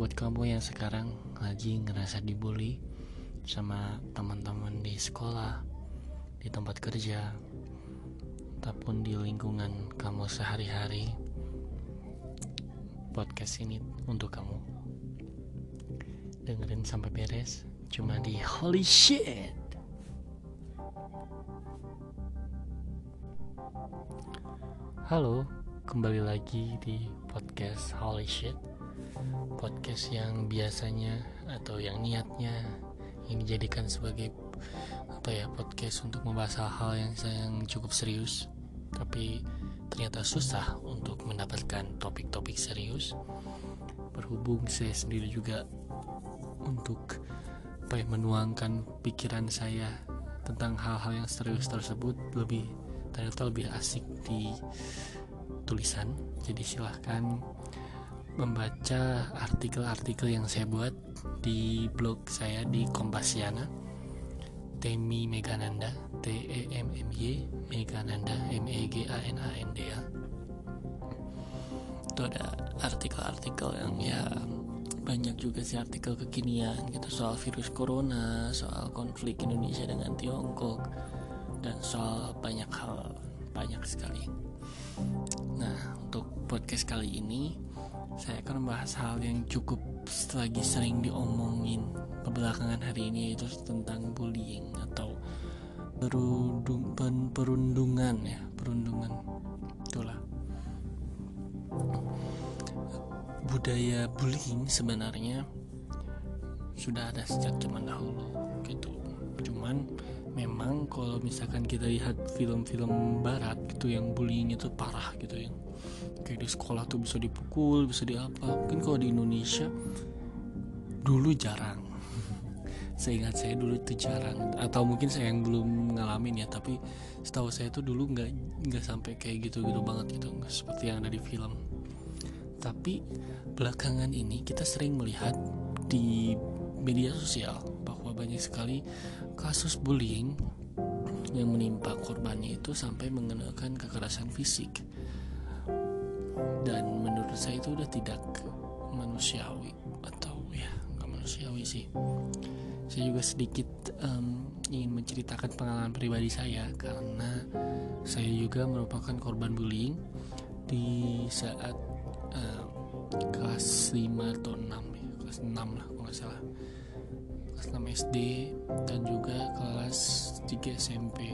Buat kamu yang sekarang lagi ngerasa dibully sama teman-teman di sekolah, di tempat kerja, ataupun di lingkungan kamu sehari-hari, podcast ini untuk kamu. Dengerin sampai beres, cuma di Holy Shit. Halo, kembali lagi di podcast Holy Shit. Podcast yang biasanya atau yang niatnya ini dijadikan sebagai podcast untuk membahas hal-hal yang cukup serius, tapi ternyata susah untuk mendapatkan topik-topik serius. Berhubung saya sendiri juga untuk menuangkan pikiran saya tentang hal-hal yang serius tersebut ternyata lebih asik di tulisan. Jadi silahkan membaca artikel-artikel yang saya buat di blog saya di Kompasiana, Temi Megananda, TEMMY Megananda, MEGANANDA. Itu ada artikel-artikel yang banyak juga sih, artikel kekinian gitu, soal virus corona, soal konflik Indonesia dengan Tiongkok, dan soal banyak sekali. Nah, untuk podcast kali ini saya akan membahas hal yang cukup lagi sering diomongin belakangan hari ini, yaitu tentang bullying atau perundungan. Itulah. Budaya bullying sebenarnya sudah ada sejak zaman dahulu gitu. Cuman memang kalau misalkan kita lihat film-film barat gitu, yang bullying itu parah gitu, yang kayak di sekolah tuh bisa dipukul, bisa diapa. Mungkin kalau di Indonesia dulu jarang. Seingat saya dulu itu jarang, atau mungkin saya yang belum ngalamin ya, tapi setahu saya tuh dulu nggak sampai kayak gitu banget gitu, nggak seperti yang ada di film. Tapi belakangan ini kita sering melihat di media sosial bahwa banyak sekali kasus bullying yang menimpa korbannya itu sampai mengenakan kekerasan fisik. Dan menurut saya itu udah tidak manusiawi, atau nggak manusiawi sih. Saya juga sedikit ingin menceritakan pengalaman pribadi saya, karena saya juga merupakan korban bullying di saat kelas 5 atau 6 ya, kelas 6 lah kalau nggak salah, kelas 6 SD dan juga kelas 3 SMP.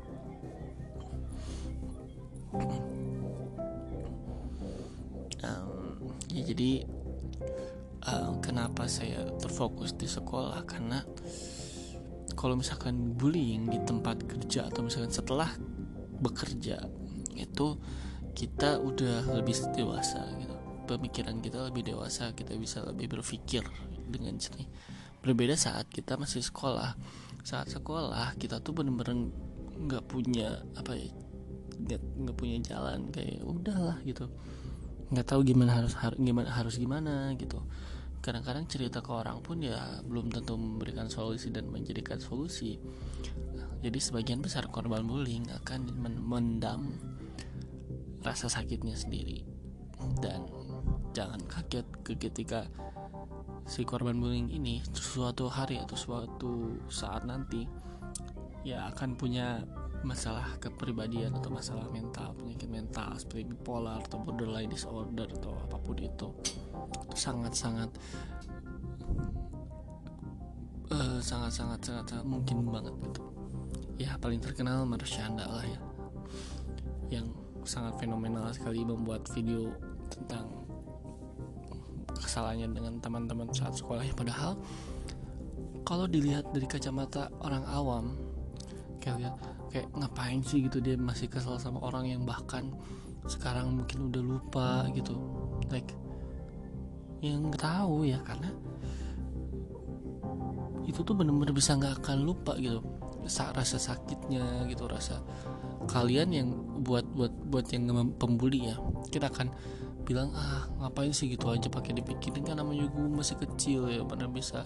Jadi kenapa saya terfokus di sekolah, karena kalau misalkan bullying di tempat kerja atau misalkan setelah bekerja, itu kita udah lebih dewasa gitu, pemikiran kita lebih dewasa, kita bisa lebih berpikir dengan jernih. Berbeda saat kita masih sekolah. Saat sekolah kita tuh bener-bener nggak punya nggak punya jalan, kayak udahlah gitu, nggak tahu gimana gitu. Kadang-kadang cerita ke orang pun ya belum tentu memberikan solusi dan menjadikan solusi. Jadi sebagian besar korban bullying akan mendam rasa sakitnya sendiri. Dan jangan kaget ketika si korban bullying ini suatu hari atau suatu saat nanti ya akan punya masalah kepribadian atau masalah mental, penyakit mental seperti bipolar atau borderline disorder atau apapun itu sangat mungkin banget gitu. Ya paling terkenal Marsyanda lah ya, yang sangat fenomenal sekali membuat video tentang kesalahannya dengan teman-teman saat sekolah. Padahal kalau dilihat dari kacamata orang awam, kayak ngapain sih gitu dia masih kesal sama orang yang bahkan sekarang mungkin udah lupa gitu, yang nggak tahu ya, karena itu tuh benar-benar bisa nggak akan lupa gitu rasa sakitnya gitu, rasa kalian yang buat yang pembuli ya, kita akan bilang ngapain sih gitu aja pakai dipikirin, kan namanya juga masih kecil ya, mana bisa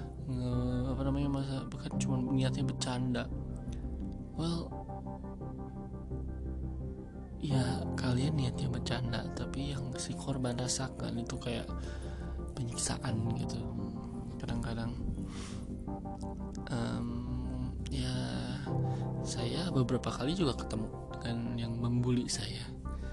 masa bukan cuma niatnya bercanda. Ya kalian niatnya bercanda, tapi yang si korban rasakan itu kayak penyiksaan gitu. Kadang-kadang ya saya beberapa kali juga ketemu dengan yang membuli saya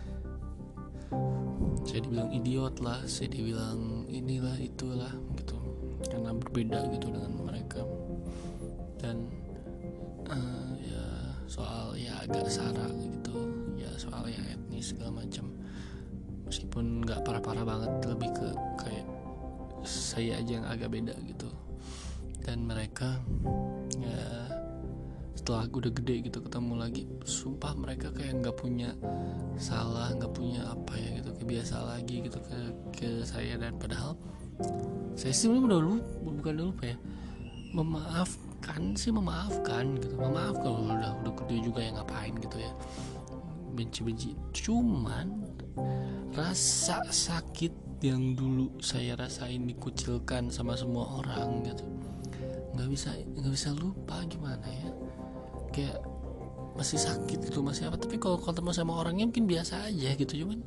dibilang idiot lah, saya dibilang inilah itulah gitu, karena berbeda gitu dengan mereka. Dan ya soal ya agak sara gitu, ya soal ya etnis segala macam, meskipun nggak parah-parah banget, lebih ke kayak saya aja yang agak beda gitu. Dan mereka ya setelah udah gede gitu ketemu lagi, sumpah mereka kayak nggak punya salah, nggak punya apa ya gitu, kayak biasa lagi gitu ke saya. Dan padahal saya sih bukan lupa ya, memaafkan gitu, memaafkan udah gede juga ya, ngapain gitu ya benci. Cuman rasa sakit yang dulu saya rasain dikucilkan sama semua orang gitu, nggak bisa lupa. Gimana ya, kayak masih sakit gitu, masih apa, tapi kalau ketemu sama orangnya mungkin biasa aja gitu, cuman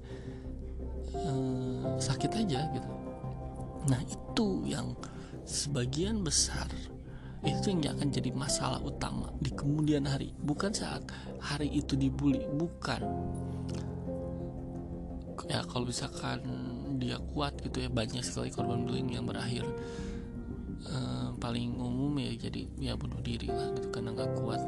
sakit aja gitu. Nah itu yang sebagian besar itu yang akan jadi masalah utama di kemudian hari, bukan saat hari itu dibully, bukan. Ya kalau misalkan dia kuat gitu ya, banyak sekali korban bullying yang berakhir paling umum ya jadi ya bunuh diri lah gitu, karena nggak kuat.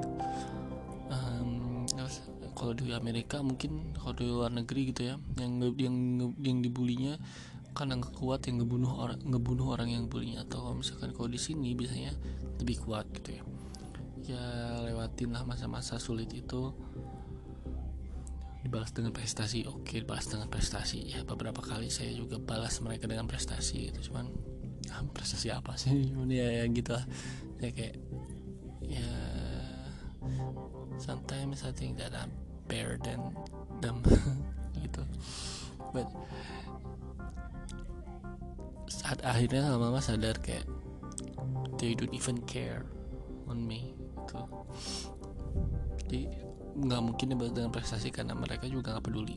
Kalau di Amerika mungkin, kalau di luar negeri gitu ya, yang dibulinya karena nggak kuat, yang ngebunuh orang yang bulinya. Atau misalkan kalau di sini biasanya lebih kuat gitu ya, ya lewatin lah masa-masa sulit itu, dibalas dengan prestasi. Oke, dibalas dengan prestasi ya, beberapa kali saya juga balas mereka dengan prestasi gitu, cuman prestasi apa sih, cuman ya gitu lah ya, kayak ya sometimes I think that I'm better than them gitu. But saat akhirnya lama-lama sadar kayak they don't even care on me gitu. Jadi nggak mungkin dibalas dengan prestasi karena mereka juga nggak peduli.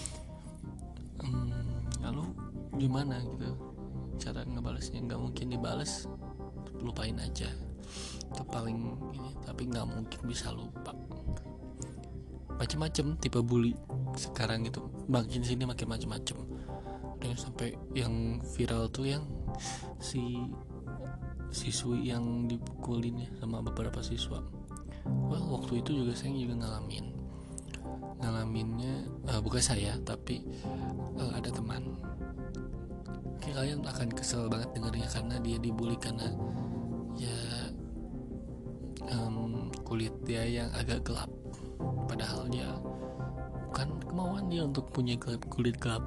Lalu gimana gitu cara ngebalasnya? Nggak mungkin dibalas, lupain aja itu paling ini. Tapi nggak mungkin bisa lupa. Macem-macem tipe bully sekarang itu, makin sini makin macem-macem. Dan sampai yang viral tuh yang si siswi yang dipukulin ya sama beberapa siswa. Well, waktu itu juga saya juga ngalaminnya, bukan saya tapi ada teman. Kayak kalian akan kesel banget dengarnya, karena dia dibully karena ya kulit dia yang agak gelap, padahal dia bukan kemauan dia untuk punya kulit gelap.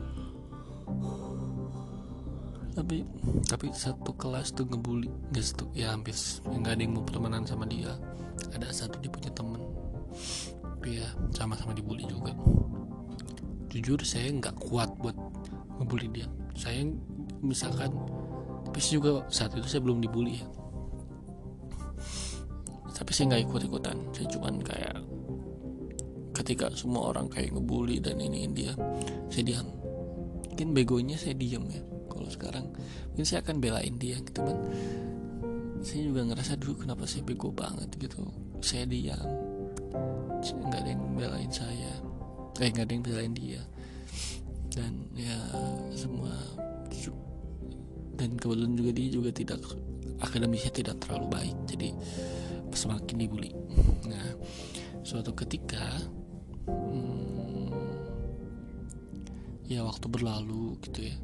Tapi satu kelas tuh ngebully, ya hampir nggak ada yang mau pertemanan sama dia. Ada satu dia punya temen, tapi ya sama-sama dibully juga. Jujur saya nggak kuat buat ngebully dia. Saya misalkan, tapi juga saat itu saya belum dibully ya, tapi saya nggak ikut-ikutan. Saya cuman kayak ketika semua orang kayak ngebully dan iniin dia, saya diam. Mungkin begonya saya diam ya. Kalau sekarang mungkin saya akan belain dia gitu kan. Saya juga ngerasa dulu kenapa saya bego banget gitu. Saya diam, nggak ada yang belain saya, nggak ada yang belain dia. Dan ya semua, dan kebetulan juga dia juga tidak, akademisnya tidak terlalu baik, jadi semakin dibully. Nah suatu ketika ya waktu berlalu gitu ya,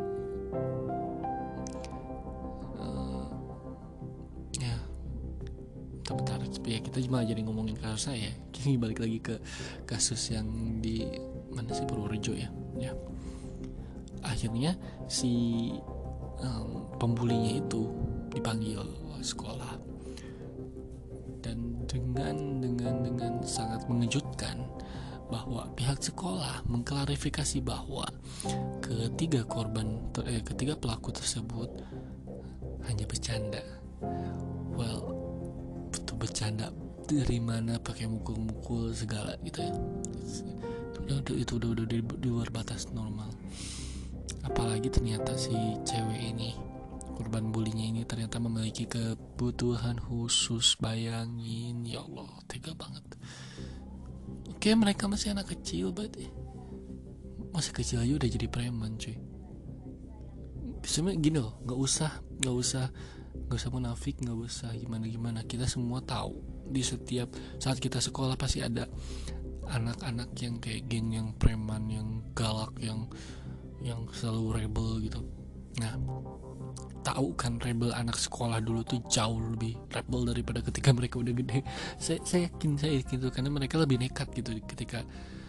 ya bentar, ya kita cuma jadi ngomongin kasus saya. Kini balik lagi ke kasus yang di mana sih, Purworejo ya. Akhirnya si pembulinya itu dipanggil sekolah, dan dengan sangat mengejutkan bahwa pihak sekolah mengklarifikasi bahwa ketiga pelaku tersebut hanya bercanda. Well, betul bercanda dari mana pakai mukul-mukul segala gitu ya. Itu udah di luar batas normal. Apalagi ternyata si cewek ini, korban bulinya ini ternyata memiliki kebutuhan khusus. Bayangin, ya Allah, tega banget. Oke, mereka masih anak kecil, masih kecil aja udah jadi preman, cuy. Sebenarnya gini loh, nggak usah munafik, nggak usah gimana. Kita semua tahu di setiap saat kita sekolah pasti ada anak-anak yang kayak geng yang preman, yang galak, yang selalu rebel gitu. Nah, tahu kan rebel anak sekolah dulu tuh jauh lebih rebel daripada ketika mereka udah gede. Saya yakin itu karena mereka lebih nekat gitu ketika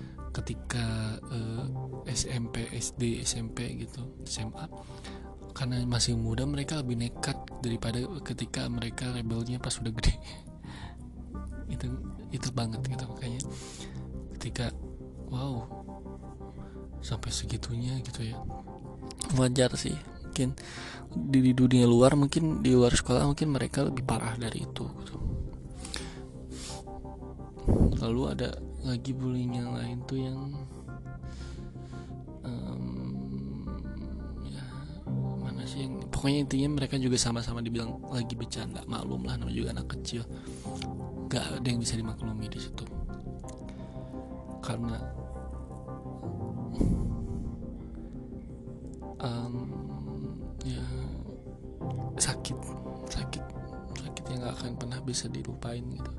SMP, SD, SMP gitu, SMA. Karena masih muda mereka lebih nekat daripada ketika mereka rebelnya pas udah gede. itu banget gitu. Makanya ketika wow sampai segitunya gitu ya, wajar sih. Mungkin di dunia luar, mungkin di luar sekolah mungkin mereka lebih parah dari itu gitu. Lalu ada lagi bullying yang lain tuh yang mana sih yang pokoknya intinya mereka juga sama-sama dibilang lagi bercanda. Maklum lah, namanya juga anak kecil, gak ada yang bisa dimaklumi di situ karena ya sakit yang gak akan pernah bisa dilupain gitu.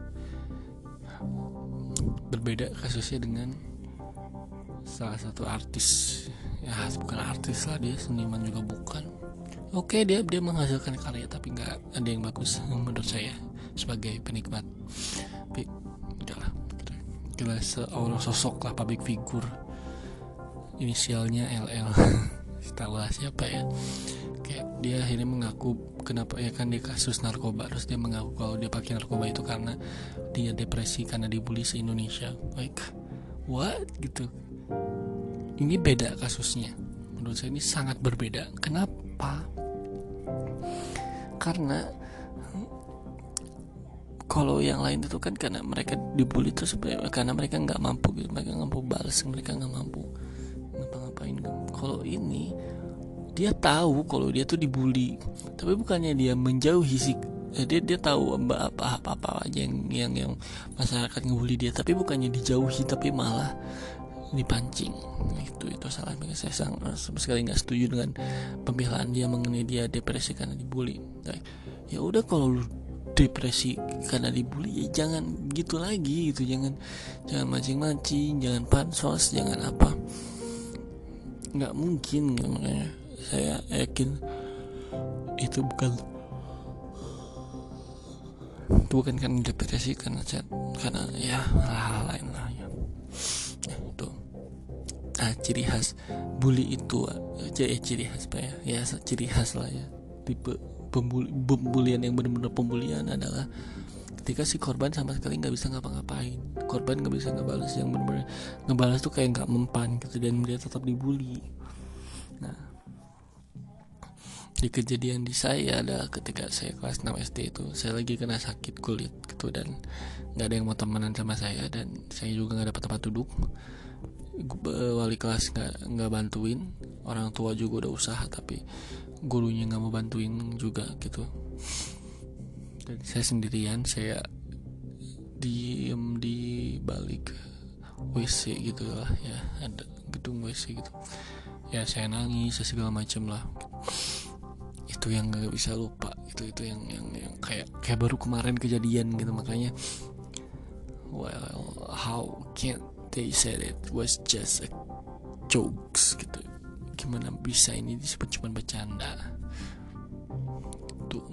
Berbeda kasusnya dengan salah satu artis, ya bukan artis lah, dia seniman juga bukan. Oke, dia menghasilkan karya tapi nggak ada yang bagus menurut saya sebagai penikmat. Tapi udahlah, kita seorang sosok lah, public figure, inisialnya LL. Tahu lah siapa ya. Kayak dia akhirnya mengaku kenapa ya kan dia kasus narkoba, terus dia mengaku kalau dia pakai narkoba itu karena dia depresi karena dibully se-Indonesia. Like what gitu. Ini beda kasusnya. Menurut saya ini sangat berbeda. Kenapa? Karena kalau yang lain itu kan karena mereka dibully terus karena mereka nggak mampu gitu, mereka nggak mampu balas, mereka nggak mampu ngapa-ngapain. Kalau ini dia tahu kalau dia tuh dibully, tapi bukannya dia menjauhi sih, dia tahu apa aja yang masyarakat ngebully dia, tapi bukannya dijauhi tapi malah dipancing. Itu salah. Saya sama sekali nggak setuju dengan pembelaan dia mengenai dia depresi karena dibully. Ya udah, kalau lu depresi karena dibully ya jangan gitu lagi gitu, jangan mancing-mancing, jangan pansos, jangan apa, nggak mungkin. Makanya saya yakin itu bukan karena depresi, karena ya hal lain lah ya. Itu ciri khas bully itu ciri khas apa ya ciri khas lah ya, tipe pembulian yang benar-benar pembulian adalah ketika si korban sama sekali nggak bisa ngapa-ngapain, korban nggak bisa ngebalas, yang benar-benar ngebalas tuh kayak nggak mempan gitu, dan dia tetap dibully. Nah, di kejadian di saya adalah ketika saya kelas 6 SD itu, saya lagi kena sakit kulit gitu, dan nggak ada yang mau temenan sama saya, dan saya juga nggak dapat tempat duduk. Wali kelas nggak bantuin, orang tua juga udah usaha tapi gurunya nggak mau bantuin juga gitu, dan saya sendirian. Saya diem di balik WC gitu lah ya, ada gedung WC gitu ya, saya nangis segala macam lah. Itu yang nggak bisa lupa, itu yang kayak baru kemarin kejadian gitu. Makanya well, how can they said it was just a jokes gitu, gimana bisa ini disebut cuma bercanda tuh.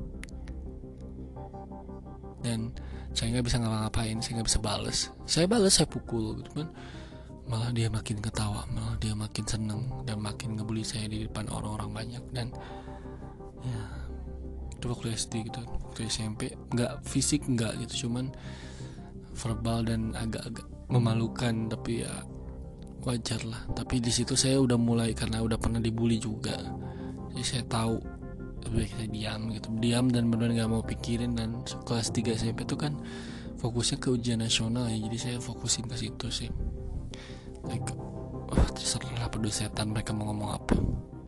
Dan saya nggak bisa ngapa-ngapain, saya nggak bisa balas, saya pukul gitu kan, malah dia makin ketawa, malah dia makin seneng dan makin ngebully saya di depan orang-orang banyak. Dan ya itu waktu SD gitu. Waktu SMP nggak fisik nggak gitu, cuman verbal dan agak-agak memalukan, tapi ya wajar lah. Tapi di situ saya udah mulai, karena udah pernah dibully juga, jadi saya tahu lebih baik saya diam dan benar nggak mau pikirin. Dan kelas 3 SMP itu kan fokusnya ke ujian nasional ya, jadi saya fokusin ke situ sih. Like, terserah peduli setan mereka mau ngomong apa.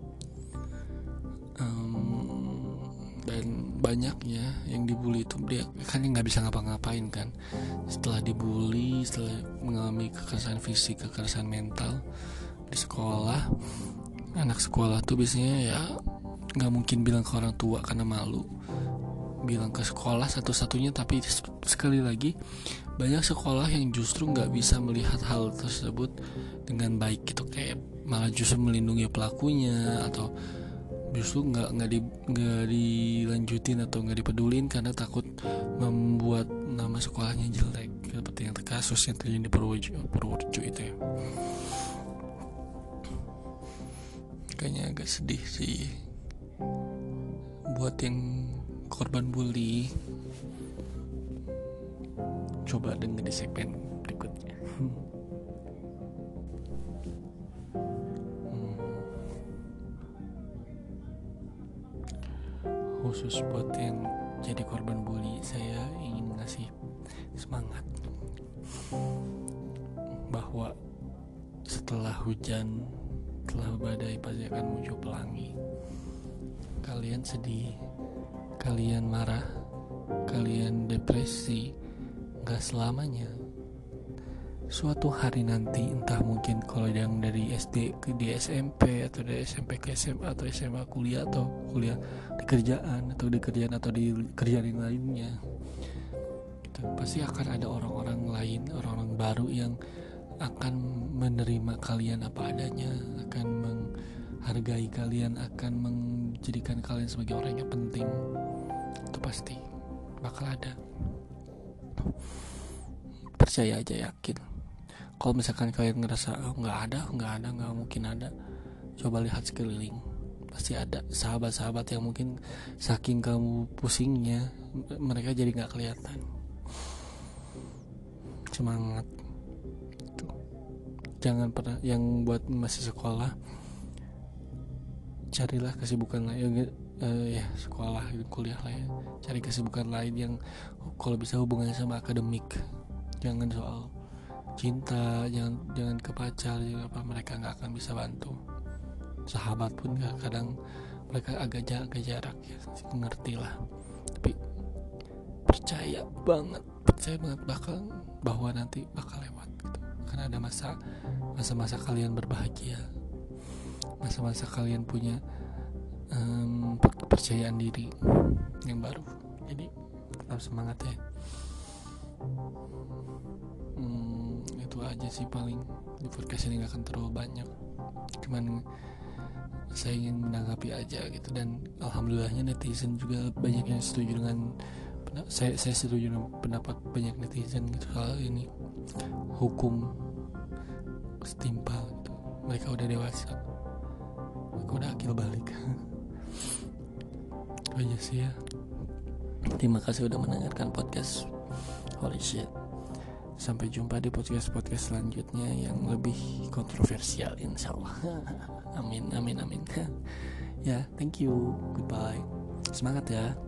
Dan banyaknya yang dibully itu dia kan nggak bisa ngapa-ngapain kan. Setelah dibully, setelah mengalami kekerasan fisik, kekerasan mental di sekolah, anak sekolah tuh biasanya ya nggak mungkin bilang ke orang tua karena malu, bilang ke sekolah satu-satunya. Tapi sekali lagi, banyak sekolah yang justru nggak bisa melihat hal tersebut dengan baik gitu, kayak malah justru melindungi pelakunya, atau justru nggak dilanjutin atau nggak dipedulin karena takut membuat nama sekolahnya jelek, seperti yang kasus yang terjadi di Purworejo itu ya. Kayaknya agak sedih sih buat yang korban bully. Coba denger di segmen berikutnya. Khusus buat yang jadi korban bully, saya ingin ngasih semangat bahwa setelah hujan, setelah badai pasti akan muncul pelangi. Kalian sedih, kalian marah, kalian depresi, gak selamanya. Suatu hari nanti, entah mungkin kalau yang dari SD ke di SMP, atau dari SMP ke SMA, atau SMA kuliah, atau kuliah di kerjaan, atau di kerjaan yang lainnya gitu, pasti akan ada orang-orang lain, orang-orang baru yang akan menerima kalian apa adanya, akan menghargai kalian, akan menjadikan kalian sebagai orang yang penting. Itu pasti bakal ada. Percaya aja, yakin. Kalau misalkan kalian ngerasa nggak mungkin ada, coba lihat sekeliling, pasti ada sahabat-sahabat yang mungkin saking kamu pusingnya mereka jadi nggak kelihatan. Semangat. Jangan pernah, yang buat masih sekolah, carilah kesibukan lain, sekolah, kuliah lah ya. Cari kesibukan lain yang kalau bisa hubungannya sama akademik. Jangan soal cinta, jangan ke pacar, mereka nggak akan bisa bantu. Sahabat pun kadang mereka agak jarak ya, ngerti lah. Tapi percaya banget bahwa nanti bakal lewat gitu. Karena ada masa-masa kalian berbahagia, masa-masa kalian punya kepercayaan diri yang baru. Jadi tetap semangat ya. Itu aja sih paling. Di podcast ini gak akan terlalu banyak, cuman saya ingin menanggapi aja gitu. Dan alhamdulillahnya netizen juga banyak yang setuju dengan saya setuju dengan pendapat banyak netizen gitu soal ini, hukum setimpal gitu. Mereka udah dewasa, mereka udah akil balik. Aja sih ya. Terima kasih udah mendengarkan podcast Holy Shit. Sampai jumpa di podcast selanjutnya yang lebih kontroversial, insyaallah. Amin. Ya, thank you. Goodbye. Semangat ya.